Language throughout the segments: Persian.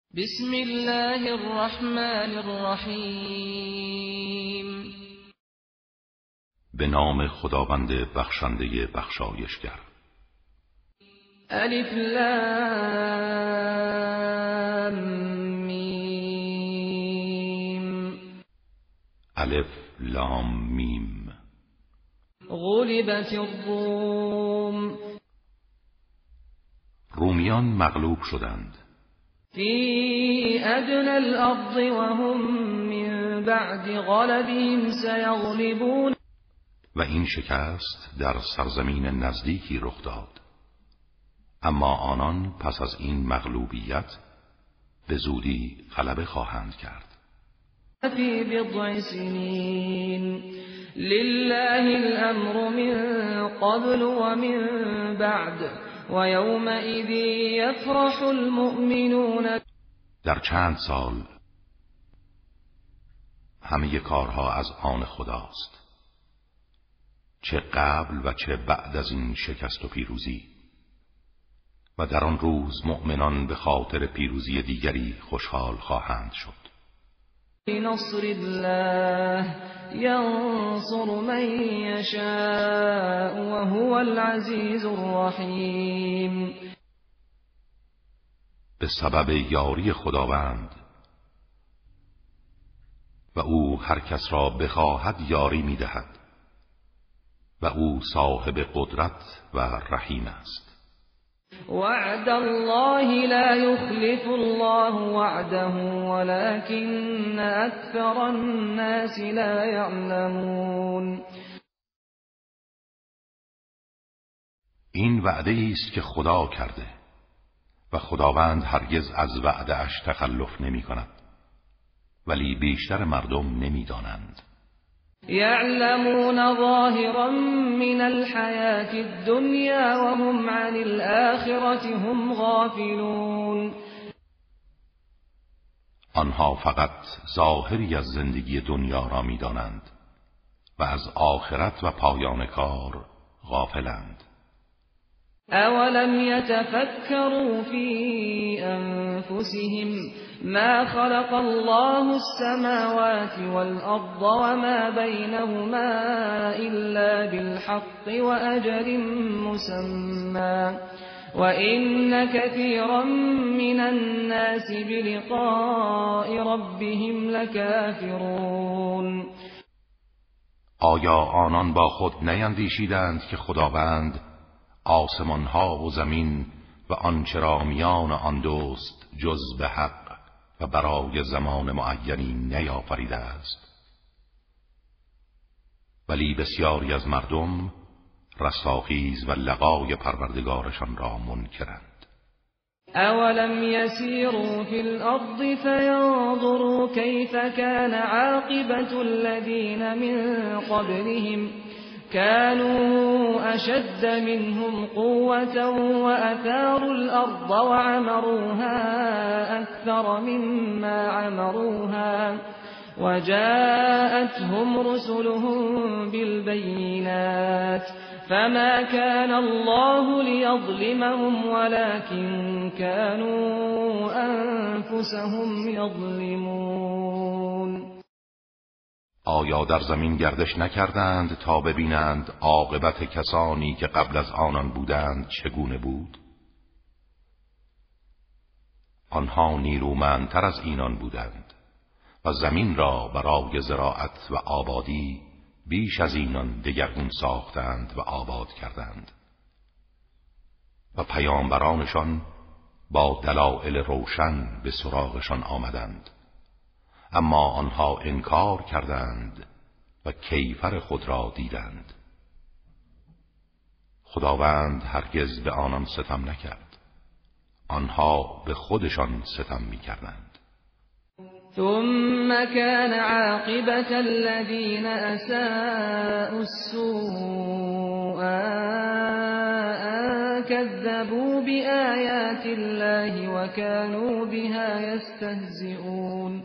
بسم الله الرحمن الرحیم. به نام خداوند بخشنده بخشایشگر. الف لام میم. الف لام میم. غلبت الروم. رومیان مغلوب شدند. فی ادنی الارض وهم من بعد غلبهم سیغلبون. و این شکست در سرزمین نزدیکی رخ داد، اما آنان پس از این مغلوبیت به زودی غلبه خواهند کرد. فی بضع سنین لله الامر من قبل و من بعد و یومئذ یفرح المؤمنون. در چند سال همه کارها از آن خداست، چه قبل و چه بعد از این شکست و پیروزی، و در آن روز مؤمنان به خاطر پیروزی دیگری خوشحال خواهند شد. بنصر الله ينصر من يشاء وهو العزيز الرحیم. به سبب یاری خداوند و او هر کس را بخواهد یاری می‌دهد و او صاحب قدرت و رحیم است. وعد الله لا يخلف الله وعده ولكن أكثر الناس لا يعلمون. این وعده است که خدا کرده و خداوند هرگز از وعده اش تخلف نمی کند، ولی بیشتر مردم نمی دانند. يعلمون ظاهرا من الحياة الدنيا وهم عن الآخرة هم غافلون. آنها فقط ظاهری از زندگی دنیا را می دانند و از آخرت و پایان کار غافلند. اولم يتفكروا في انفسهم ما خلق الله السماوات والأرض وما بينهما إلا بالحق وأجل مسمى وإن كثيرا من الناس بلقاء ربهم لكافرون. آیا آنان با خود نیندیشیدند که خداوند آسمانها و زمین و آنچه را میان آن دوست جز به حق و برای زمان معینی نیافریده است؟ ولی بسیاری از مردم رستاخیز و لقای پروردگارشان را منکرند. اولم يسيروا في الارض فينظروا كيف كان عاقبة الذين من قبلهم كانوا أشد منهم قوة وأثاروا الأرض وعمروها أكثر مما عمروها وجاءتهم رسلهم بالبينات فما كان الله ليظلمهم ولكن كانوا أنفسهم يظلمون. آیا در زمین گردش نکردند تا ببینند عاقبت کسانی که قبل از آنان بودند چگونه بود؟ آنها نیرومندتر از اینان بودند و زمین را برای زراعت و آبادی بیش از اینان دگرگون ساختند و آباد کردند و پیامبرانشان با دلایل روشن به سراغشان آمدند، اما آنها انکار کردند و کیفر خود را دیدند. خداوند هرگز به آنان ستم نکرد، آنها به خودشان ستم می‌کردند. ثم كان عاقبة الذين أساءوا السوء أن كذبوا بآيات الله وكانوا بها يستهزئون.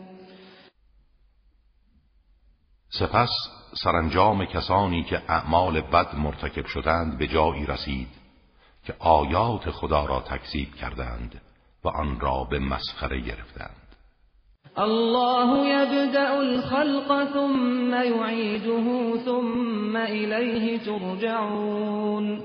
سپس سرانجام کسانی که اعمال بد مرتکب شدند به جایی رسید که آیات خدا را تکذیب کردند و آن را به مسخره گرفتند. الله یبدأ الخلق ثم یعیده ثم الیه ترجعون.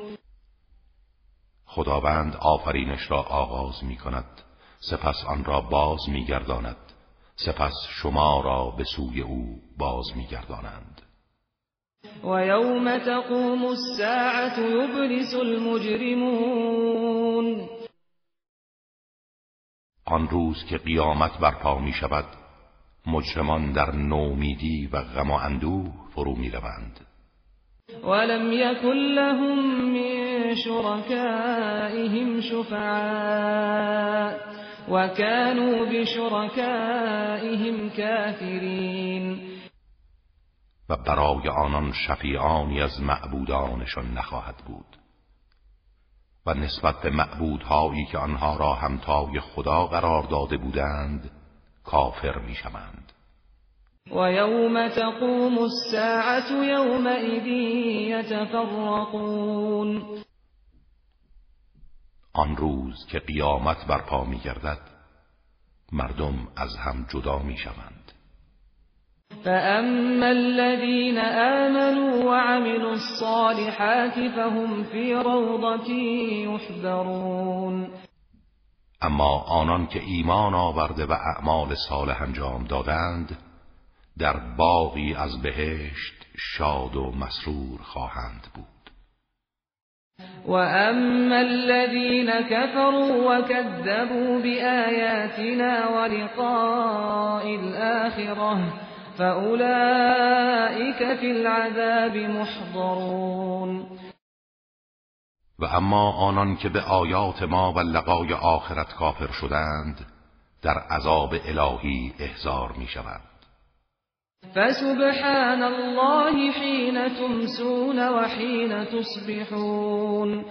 خداوند آفرینش را آغاز می کند، سپس آن را باز می گرداند، سپس شما را به سوی او باز می گردانند. و یوم تقوم الساعة یبلس المجرمون. آن روز که قیامت برپا می شود، مجرمان در نومیدی و غم و اندوه فرو می روند. ولم یکن لهم من شرکائهم شفعاء وكانوا بشركائهم کافرین. و برای آنان شفیعانی از معبودانشان نخواهد بود و نسبت به معبودهایی که آنها را همتای خدا قرار داده بودند کافر می شوند. و یوم تقوم الساعة یومئذ یتفرقون. آن روز که قیامت برپا می گردد مردم از هم جدا می شوند. فأما الذين آمنوا وعملوا الصالحات فهم في روضة يحبرون. اما آنان که ایمان آورده و اعمال صالح انجام دادند در باغی از بهشت شاد و مسرور خواهند بود. وأما الذين كفروا وكذبوا بآياتنا ولقاء الآخرة فأولئك في العذاب محضرون. و اما آنان که به آیات ما و لقای آخرت کافر شدند در عذاب الهی احضار می شوند. فسبحان الله حين تمسون و حين تصبحون.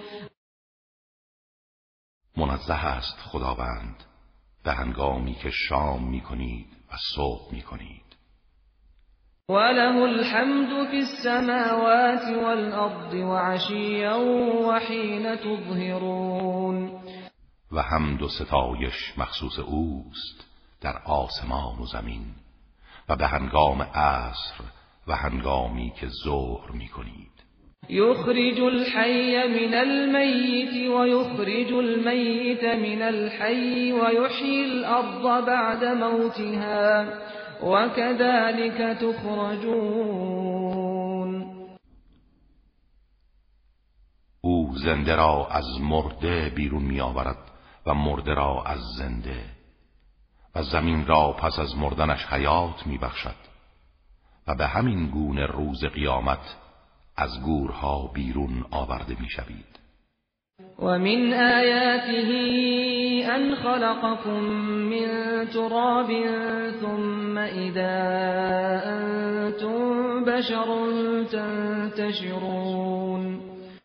منزه است خداوند به هنگامی که شام می کنید و صبح می کنید. وله الحمد في السماوات والأرض وعشيا وحين تظهرون. و حمد و ستایش مخصوص اوست در آسمان و زمین و به هنگام عصر و هنگامی که ظهر می کنید. یخرج الحی من المیت و یخرج المیت من الحی و یحیی الارض بعد موتها وَكَذَلِكَ تُخْرَجُونَ. او زنده را از مرده بیرون می آورد و مرده را از زنده و زمین را پس از مردنش حیات می بخشد و به همین گونه روز قیامت از گورها بیرون آورده می شوید. ومن آياته أن خلقكم من تراب ثم إذا أنتم بشر تنتشرون.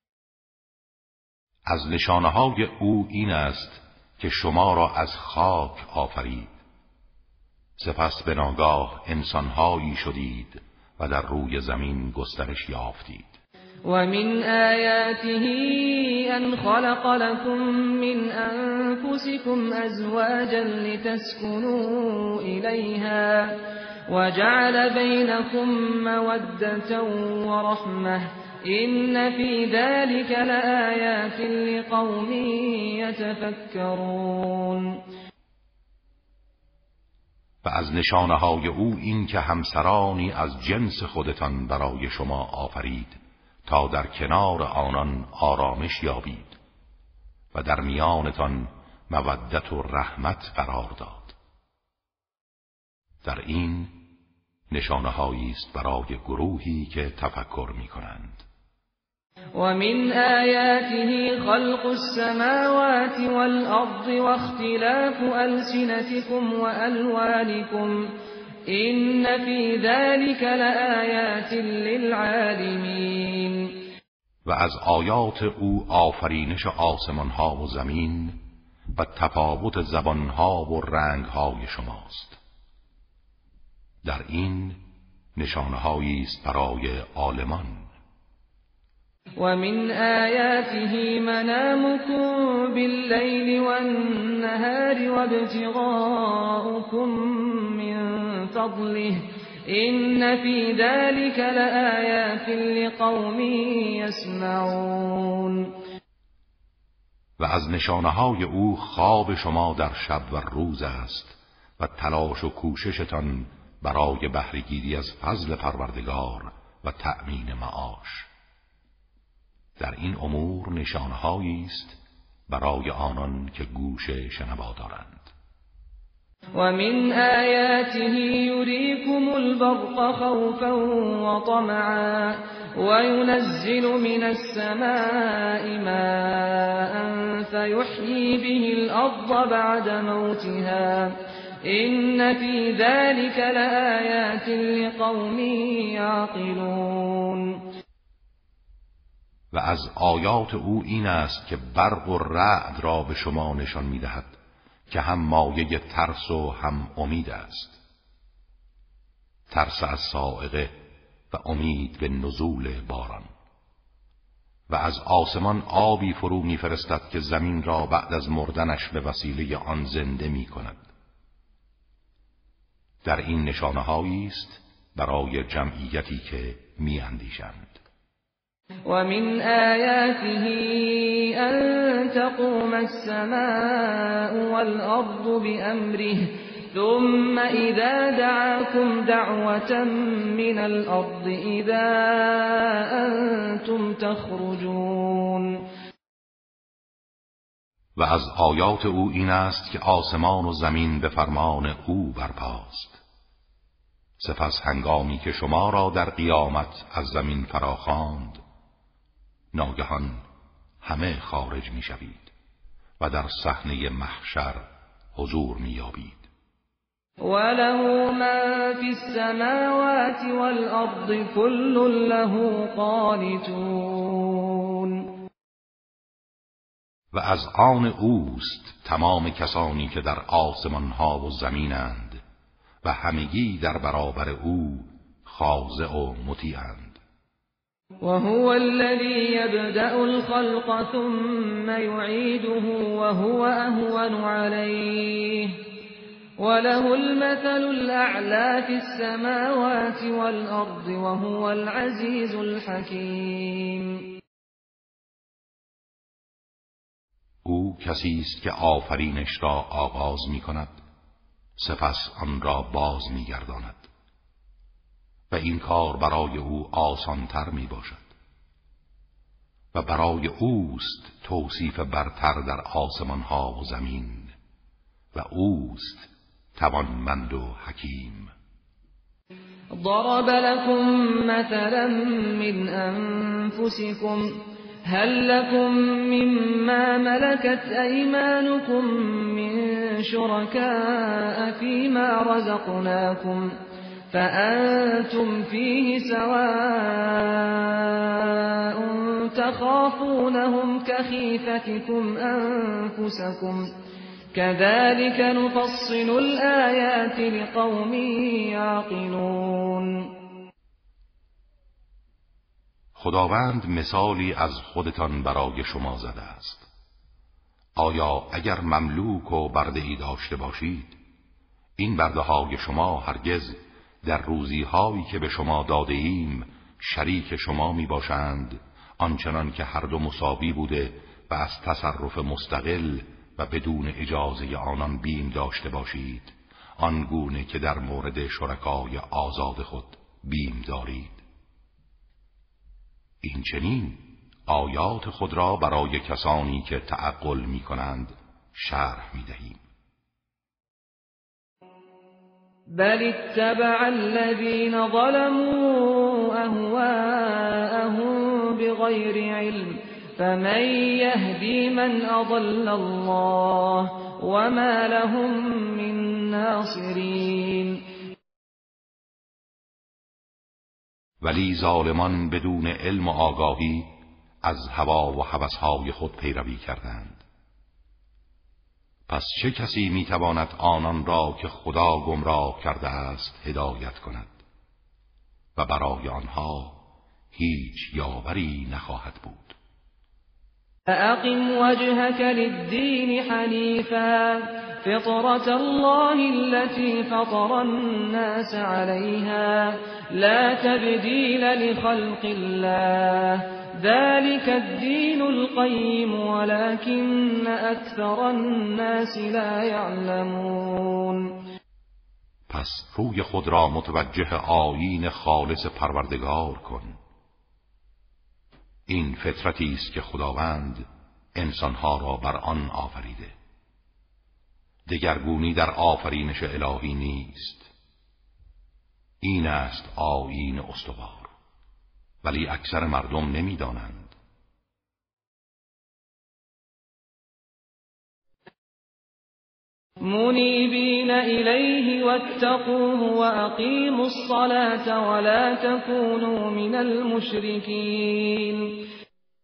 از نشانه‌های او این است که شما را از خاک آفرید، سپس به ناگاه انسان‌هایی شدید و در روی زمین گسترش یافتید. ومن آياته أن خلق لكم من أنفسكم أزواجا لتسكنوا إليها وجعل بينكم مودة ورحمة إن في ذلك لآيات لقوم يتفكرون. و از نشانه‌های او این که همسرانی از جنس خودتان برای شما آفرید تا در کنار آنان آرامش یابید و در میانتان مودت و رحمت قرار داد. در این نشانه‌هایی است برای گروهی که تفکر می‌کنند. ومن آياته خلق السماوات والأرض واختلاف ألسنتكم وألوانكم إن في ذلك لآيات للعالمين. و از آیات او آفرینش آسمان‌ها و زمین و تفاوت زبان‌ها و رنگ‌های شماست. در این نشانه‌هایی است برای عالمان. ومن آياته منامكم بالليل والنهار وابتغاؤكم من فضله إن في ذلك لآيات لقوم يسمعون. و از نشانه‌های او خواب شما در شب و روز است و تلاش و کوششتان برای بهره‌گیری از فضل پروردگار و تأمین معاش. در این امور نشانه‌هایی است برای آنان که گوش شنوا دارند. ومن آياته يريكم البرق خوفا وطمعا وينزل من السماء ماء فيحيي به الأرض بعد موتها إن في ذلك لآيات لقوم يعقلون. و از آیات او این است که برق و رعد را به شما نشان می‌دهد که هم مایه ترس و هم امید است. ترس از صاعقه و امید به نزول باران. و از آسمان آبی فرو می‌فرستد که زمین را بعد از مردنش به وسیله آن زنده می‌کند. در این نشانه‌هایی است برای جمعیتی که می‌اندیشند. ومن آياته أن تقوم السماء والأرض بأمره ثم إذا دعاكم دعوة من الأرض إذا أنتم تخرجون. و از آیات او این است که آسمان و زمین به فرمان او برپاست. سپس هنگامی که شما را در قیامت از زمین فراخواند، ناگهان همه خارج می شوید و در صحنه محشر حضور می یابید. وله ما فی السماوات والارض كل له قانتون. و از آن اوست تمام کسانی که در آسمان ها و زمینند و همگی در برابر او خاضع و مطیعند. وهو الذي يبدأ الخلق ثم يعيده وهو أهون عليه وله المثل الأعلى في السماوات والأرض وهو العزيز الحكيم. او کسی است که آفرینش را آغاز می کند سپس آن را باز می گرداند و این کار برای او آسانتر می باشد و برای اوست توصیف برتر در آسمان ها و زمین و اوست توانمند و حکیم. ضرب لكم مثلا من أنفسكم هل لكم مما ملكت أيمانكم من شركاء فيما رزقناكم فأنتم فيه سواء تخافونهم كخيفتكم أنفسكم كذلك نفصل الآيات لقوم يعقلون. خداوند مثالی از خودتان برای شما زده است. آیا اگر مملوک و برده‌ای داشته باشید، این برده‌های شما هرگز در روزی‌هایی که به شما داده ایم شریک شما می باشند، آنچنان که هر دو مساوی بوده و از تصرف مستقل و بدون اجازه آنان بیم داشته باشید، آنگونه که در مورد شرکای آزاد خود بیم دارید. این چنین آیات خود را برای کسانی که تعقل می کنند شرح می دهیم. بل اتبع الذين ظلموا أهواءهم بغير علم فمن يهدي من أضل الله وما لهم من ناصرين. ولی ظالمان بدون علم و آگاهی از هوا و هوسهای خود پیروی کردند. پس چه کسی میتواند آنان را که خدا گمراه کرده است هدایت کند و برای آنها هیچ یاوری نخواهد بود. فأقم وجهك للدين حنيفا فطرة الله التي فطر الناس عليها لا تبديل لخلق الله ذلك الدين القيم ولكن أكثر الناس لا يعلمون. پس روی خود را متوجه آیین خالص پروردگار کن. این فطرتی است که خداوند انسانها را بر آن آفریده. دگرگونی در آفرینش الهی نیست. این است آیین استوار، ولی اکثر مردم نمی‌دانند. منیبین الیه واتقوه واقیموا الصلاة ولا تكونوا من المشرکین.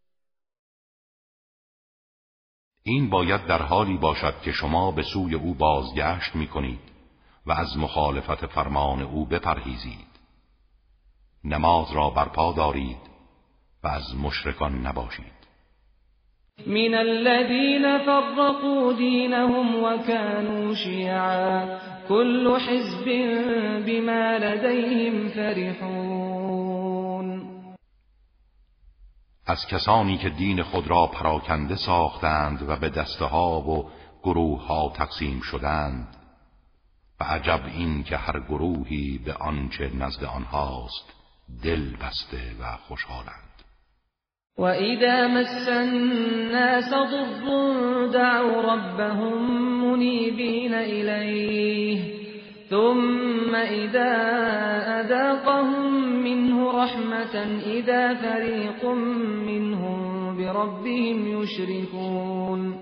این باید در حالی باشد که شما به سوی او بازگشت می‌کنید و از مخالفت فرمان او بپرهیزید. نماز را برپا دارید و از مشرکان نباشید. من الذين فرقوا دينهم وكانوا شيعا كل حزب بما لديهم فرحون. از کسانی که دین خود را پراکنده ساختند و به دسته‌ها و گروه‌ها تقسیم شدند، و عجب این که هر گروهی به آنچه نزد آنهاست دل بسته و خوشحالند. وَإِذَا مَسَّ النَّاسَ ضُرٌّ دَعَوْا رَبَّهُم مُّنِيبِينَ إِلَيْهِ ثُمَّ إِذَا أَذَاقَهُم مِّنْهُ رَحْمَةً إِذَا فَرِيقٌ مِّنْهُم بِرَبِّهِمْ يُشْرِكُونَ.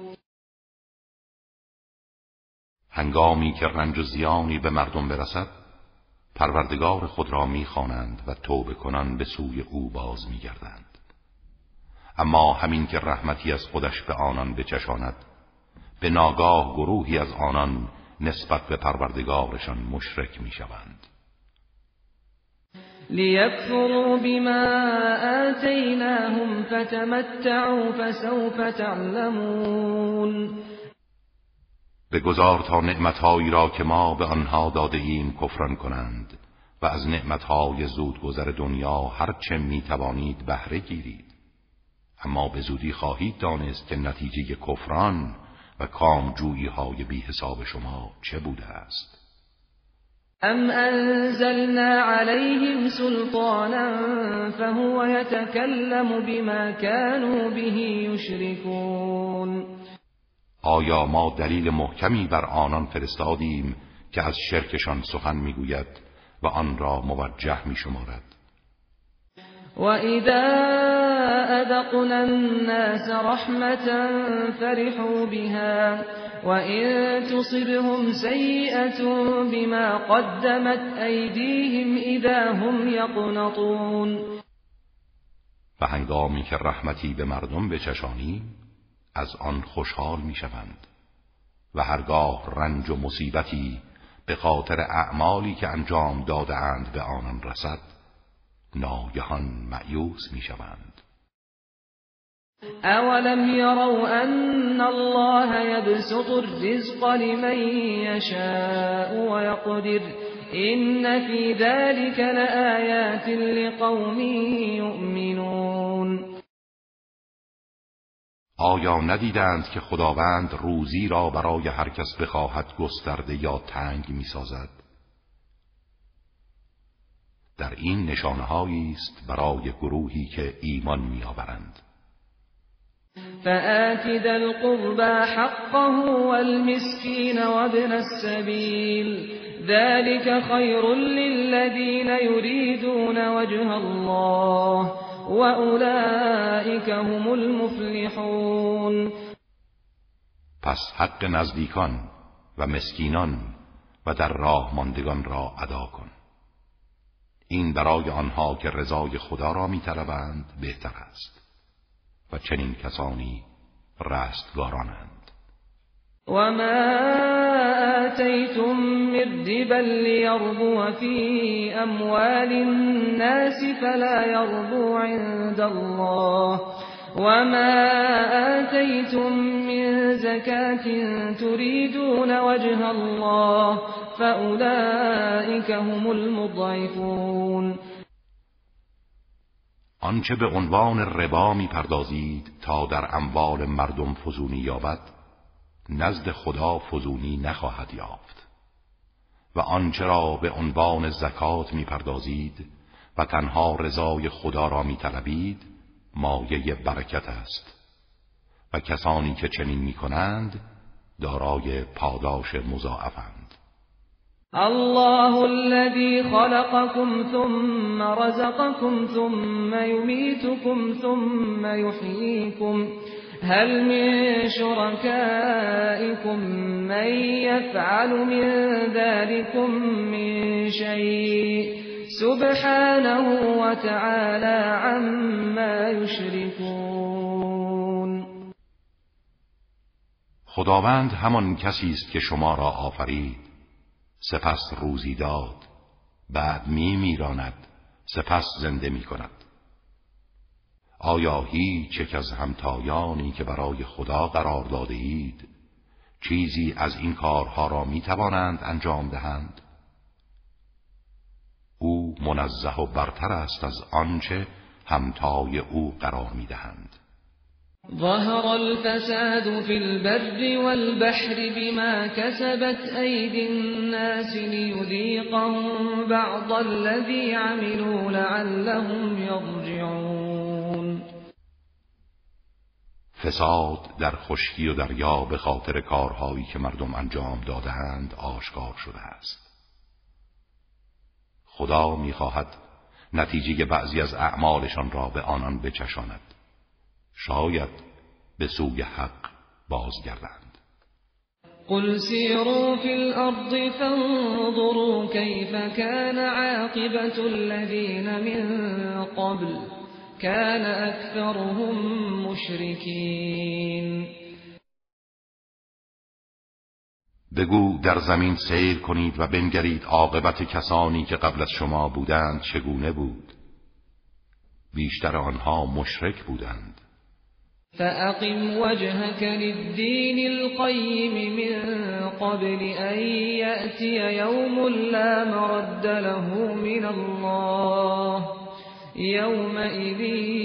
هنگامی که رنج و زیانی به مردم برسد، پروردگار خود را می‌خوانند و توبه کنان به سوی او باز می‌گردند. اما همین که رحمتی از خودش به آنان بچشاند، به ناگاه گروهی از آنان نسبت به پروردگارشان مشرک می‌شوند. لیکفروا بما آتیناهم فتمتعوا فسوف تعلمون. بگذار تا نعمتهایی را که ما به آنها داده ایم کفران کنند و از نعمتهای زودگذر دنیا هر چه می‌توانید بهره گیرید. اما به زودی خواهید دانست که نتیجه کفران و کامجویی‌های بی حساب شما چه بوده است. ام انزلنا علیهم سلطانا فهو یتکلم بما كانوا به یشرکون. آیا ما دلیل محکمی بر آنان فرستادیم که از شرکشان سخن میگوید و آن را موجه میشمارد؟ وَإِذَا أَذَقْنَا النَّاسَ رَحْمَةً فَرِحُوا بِهَا وَإِن تُصِبْهُمْ سَيِّئَةٌ بِمَا قَدَّمَتْ أَيْدِيهِمْ إِذَا هُمْ يَقْنَطُونَ. و هنگامی که رحمتی به مردم بچشانیم از آن خوشحال میشوند و هرگاه رنج و مصیبتی به خاطر اعمالی که انجام داده‌اند به آنان رسد ناگهان مأیوس میشوند. اولم یروا ان الله یبسط الرزق لمن یشاء و یقدر ان فی ذلک لآیات لقوم یؤمنون. آیا ندیدند که خداوند روزی را برای هر کس بخواهد گسترده یا تنگ میسازد؟ در این نشانه‌هایی است برای گروهی که ایمان می‌آورند. فآت ذا القربى حقه والمسكين وابن السبيل ذلك خير للذين يريدون وجه الله وأولئك هم المفلحون. پس حق نزدیکان و مسکینان و در راه ماندگان را ادا کن. این برای آنها که رضای خدا را می‌طلبند بهتر است و چنین کسانی رستگارانند. وما آتیتم من الربا ليربو في أموال الناس فلا يربو عند الله وما آتيتم من زكاة تريدون وجه الله فأولئك هم المضعفون. آنچه به عنوان ربا می پردازید تا در اموال مردم فزونی یابد نزد خدا فزونی نخواهد یافت و آنچه را به عنوان زکات می پردازید و تنها رضای خدا را می طلبید مایه برکت است و کسانی که چنین می کنند دارای پاداش مضاعفند. الله الذي خلقكم ثم رزقكم ثم يميتكم ثم يحييكم هل من شركائكم من يفعل من ذلكم من شيء سبحانه وتعالى عما يشركون. خداوند همان کسی است که شما را آفرید، سپس روزی داد، بعد میراند، سپس زنده می کند. آیا هیچ یک از همتایانی که برای خدا قرار داده اید چیزی از این کارها را می توانند انجام دهند؟ او منزه و برتر است از آنچه همتای او قرار می دهند. ظهر الفساد في البر والبحر بما كسبت أيدي الناس ليذيقهم بعض الذي عملوا لعلهم يرجعون. فساد در خشکی و دریا به خاطر کارهایی که مردم انجام داده‌اند آشکار شده است. خدا می‌خواهد نتیجه بعضی از اعمالشان را به آنان بچشاند، شاید به سوی حق بازگردند. قل سیروا فی الارض فانظروا کیف کان عاقبة الذین من قبل کان اکثرهم مشرکین. بگو در زمین سیر کنید و بنگرید عاقبت کسانی که قبل از شما بودند چگونه بود. بیشتر آنها مشرک بودند. فأقم وجهك للدين القيم من قبل أن يأتي يوم لا مرد له من الله يومئذ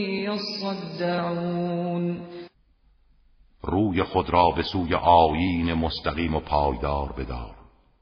يصدعون. روی خود را به سوی آیین مستقیم و پایدار بدار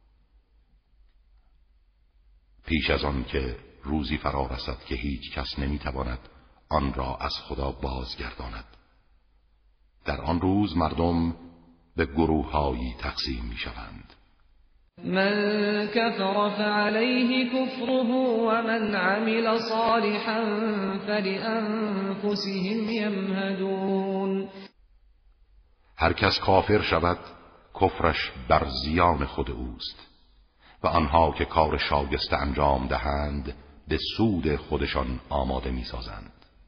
پیش از آن که روزی فرا رسد که هیچ کس نمیتواند آن را از خدا بازگرداند. در آن روز مردم به گروه‌هایی تقسیم می‌شوند. من کفر فعلیه کفره و من عمل صالحا فلأنفسهم یمهدون. هر کس کافر شود کفرش بر زیان خود اوست و آنها که کار شایسته انجام دهند به سود خودشان آماده می‌سازند.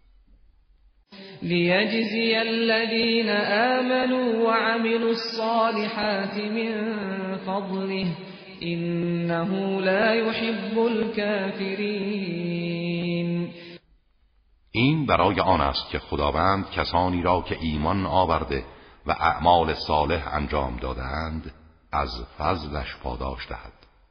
لیجزی الذین آمنوا وعملوا الصالحات من فضله انه لا يحب الكافرین. این برای آن است که خداوند کسانی را که ایمان آورده و اعمال صالح انجام داده‌اند از فضلش پاداش دهد.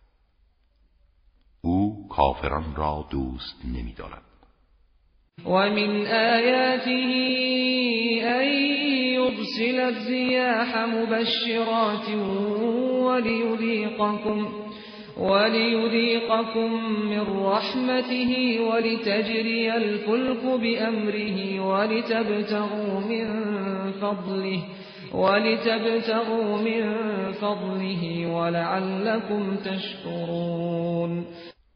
او کافران را دوست نمی‌دارد. ومن آياته أن يرسل الرياح مبشرات وليذيقكم من رحمته ولتجري الفلك بأمره ولتبتغوا من فضله ولعلكم تشكرون.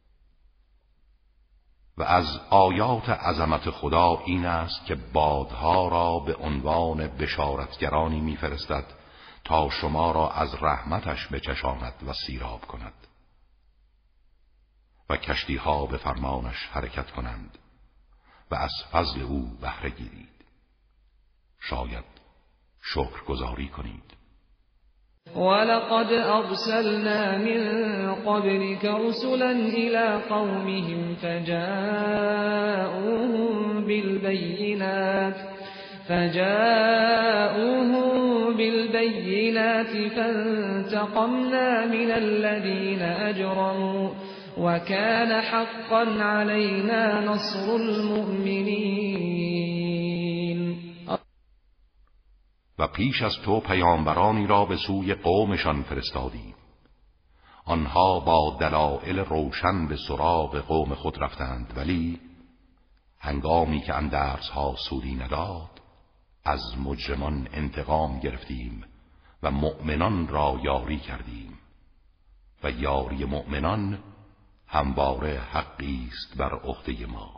و از آیات عظمت خدا این است که بادها را به عنوان بشارتگرانی می‌فرستد تا شما را از رحمتش بچشاند و سیراب کند و کشتی‌ها به فرمانش حرکت کنند و از فضل او بهره گیرید. شاید شکرگزاری کنید. ولقد أرسلنا من قبلك رسلا إلى قومهم فجاءوهم بالبينات فانتقمنا من الذين أجرموا وكان حقا علينا نصر المؤمنين. و پیش از تو پیامبرانی را به سوی قومشان فرستادیم. آنها با دلایل روشن به سراغ قوم خود رفتند، ولی هنگامی که اندرزها سودی نداد از مجرمان انتقام گرفتیم و مؤمنان را یاری کردیم و یاری مؤمنان همواره حقی است بر عهده ما.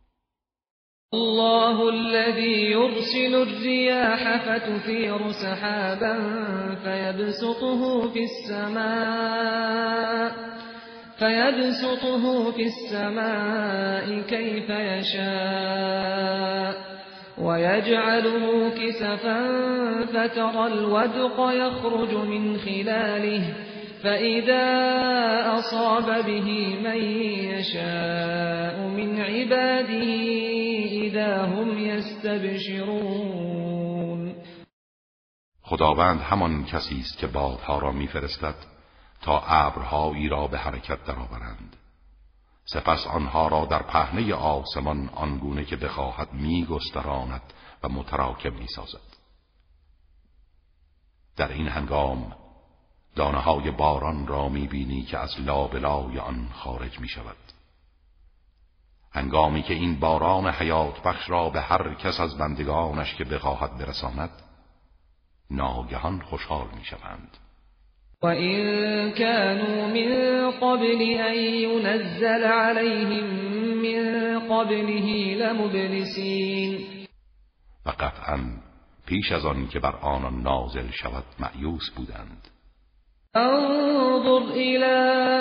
الله الذي يرسل الرياح فتثير سحابا فيبسطه في السماء كيف يشاء ويجعله كسفا فترى الودق يخرج من خلاله فإذا أصاب به من يشاء من عباده إذا هم يستبشرون. خداوند همان کسی است که بادها را می‌فرستد تا ابرهایی را به حرکت درآورند، سپس آنها را در پهنه آسمان آنگونه که بخواهد می‌گستراند و متراکم می‌سازد. در این هنگام دانه‌های باران را می‌بینی که از لابلای آن خارج می‌شود. هنگامی که این باران حیات بخش را به هر کس از بندگانش که بخواهد برساند، ناگهان خوشحال می‌شوند. وَإِن كَانُوا مِن قَبْلِ أَن يُنَزَّلَ عَلَيْهِم مِّن قَبْلِهِ لَمُبْلِسِينَ. و قطعاً پیش از آن که بر آنان نازل شود مأیوس بودند. انظر إلى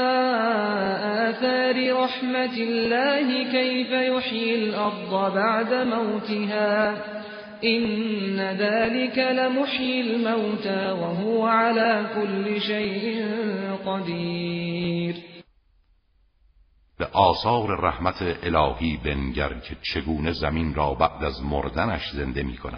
آثار رحمة الله كيف يحيي الأرض بعد موتها إن ذلك لمحيي الموتى وهو على كل شيء قدير. به آثار رحمت الهی بنگر که چگونه زمین را بعد از مردنش زنده می کند.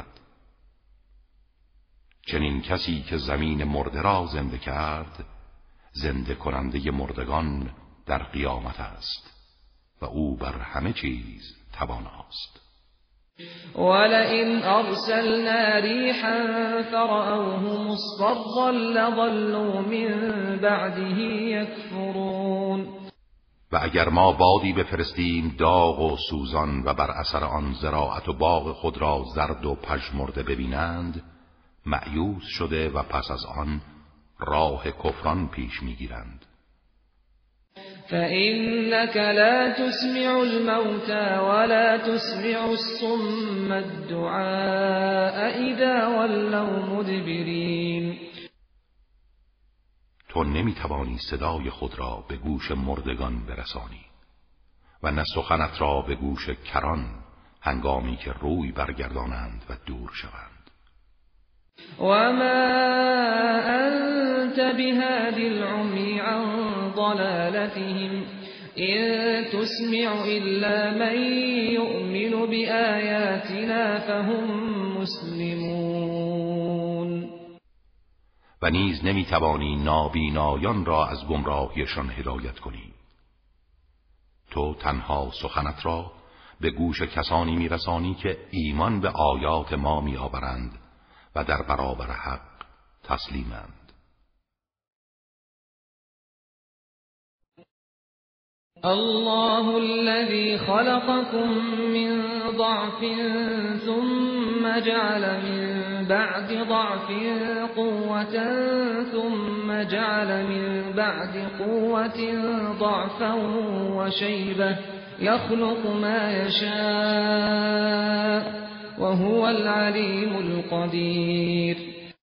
چنین کسی که زمین مرده را زنده کرد، زنده کننده مردگان در قیامت است و او بر همه چیز تواناست. ولئن أرسلنا ريحا فرأوه مصفرا لظلوا من بعده يكفرون. و اگر ما بادی بفرستیم داغ و سوزان و بر اثر آن زراعت و باغ خود را زرد و پژمرده ببینند، مأیوس شده و پس از آن راه کفران پیش میگیرند. فإنك لا تسمع الموتى ولا تسمع الصم الدعاء إذا ولوا مدبرين. تو نمیتوانی صدای خود را به گوش مردگان برسانی و نه سخنت را به گوش کران هنگامی که روی برگردانند و دور شوند. وما أنت بهاد العمي عن ضلالتهم إن تسمع إلا من يؤمن بآياتنا فهم مسلمون. و نیز نمیتوانی نابینایان را از گمراهیشان هدایت کنی. تو تنها سخنت را به گوش کسانی میرسانی که ایمان به آیات ما میآورند و در برابر حق تسلیمند. الله الذي خلقكم من ضعف ثم جعل من بعد ضعف قوة ثم جعل من بعد قوة ضعفا وشيبة يخلق ما يشاء وهو العليم القدير.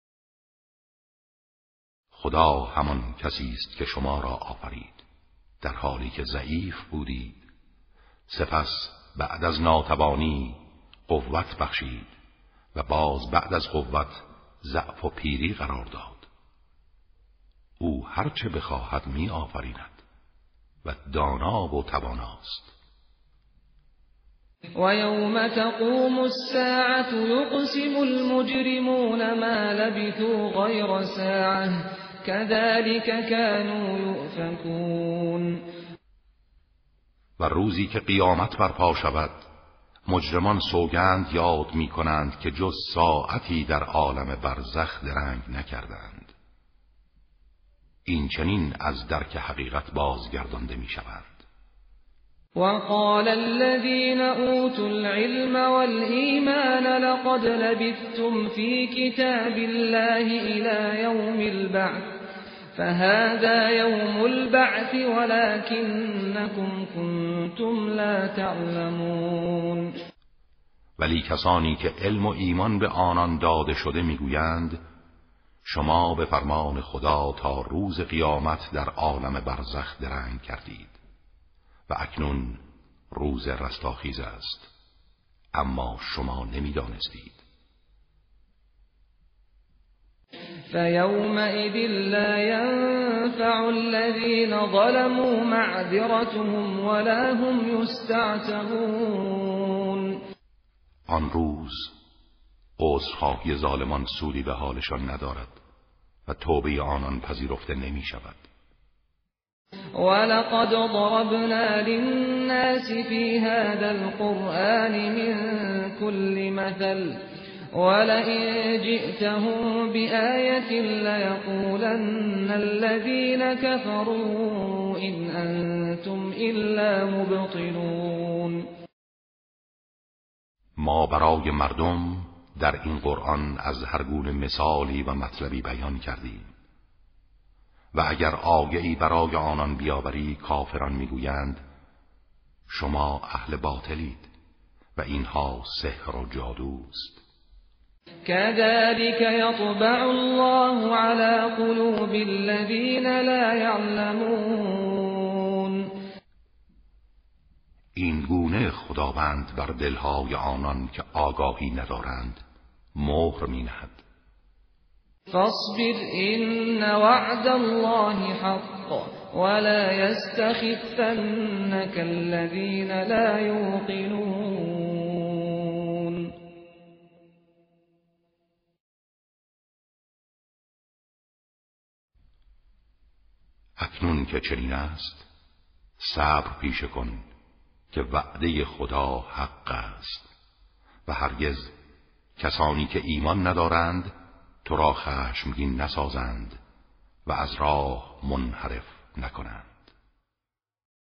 خدا همان کسی است که شما را آفرید در حالی که ضعیف بودید، سپس بعد از ناتوانی قوت بخشید و باز بعد از قوت ضعف و پیری قرار داد او هرچه بخواهد می آفریند و دانا و تواناست. وَيَوْمَ تَقُومُ السَّاعَةُ يُقْسِمُ الْمُجْرِمُونَ مَا لَبِثُوا غَيْرَ سَاعَةٍ كَذَلِكَ كَانُوا يُؤْفَكُونَ. و روزی که قیامت برپا شود مجرمان سوگند یاد می کنند که جز ساعتی در عالم برزخ درنگ نکردند. این چنین از درک حقیقت بازگردانده می شوند. وَقَالَ الَّذِينَ أُوتُوا الْعِلْمَ وَالْإِيمَانَ لَقَدْ لَبِثْتُمْ فِي كِتَابِ اللَّهِ إِلَى يَوْمِ الْبَعْثِ فَهَذَا يَوْمُ الْبَعْثِ وَلَكِنَّكُمْ كُنتُمْ لَا تَعْلَمُونَ. ولی کسانی که علم و ایمان به آنان داده شده میگویند شما به فرمان خدا تا روز قیامت در عالم برزخ درنگ کردید و اکنون روز رستاخیز است، اما شما نمیدانستید. فَيَوْمَئِذٍ لَّا يَنفَعُ الَّذِينَ ظَلَمُوا مَعْذِرَتُهُمْ وَلَا هُمْ يُسْتَعْتَبُونَ. آن روز عذرخواهی ظالمان سودی به حالشان ندارد و توبه آنان پذیرفته نمی شود. وَلَقَدْ ضَرَبْنَا لِلنَّاسِ فِي هَذَا الْقُرْآنِ مِنْ كُلِّ مَثَلٍ وَلَئِنْ جِئْتَهُمْ بِآيَةٍ لَيَقُولَنَّ الَّذِينَ كَفَرُوا إِنْ أَنْتُمْ إِلَّا مُبْطِلُونَ. ما برای مردم در این قرآن از هر گونه مثالی و مطلبی بیان کردیم و اگر آیه‌ای برای آنان بیاوری کافران میگویند شما اهل باطلید و اینها سحر و جادوست. كَذَلِكَ يَطْبَعُ اللَّهُ عَلَى قُلُوبِ الَّذِينَ لَا يَعْلَمُونَ. این گونه خداوند بر دلهای آنان که آگاهی ندارند مهر می‌نهد. فاصبر إن وعد الله حق ولا يستخفنك الذين لا يوقنون. اکنون که چنین است صبر پیشه کن که وعده خدا حق است و هرگز کسانی که ایمان ندارند تو را خشمگین نسازند و از راه منحرف نکنند.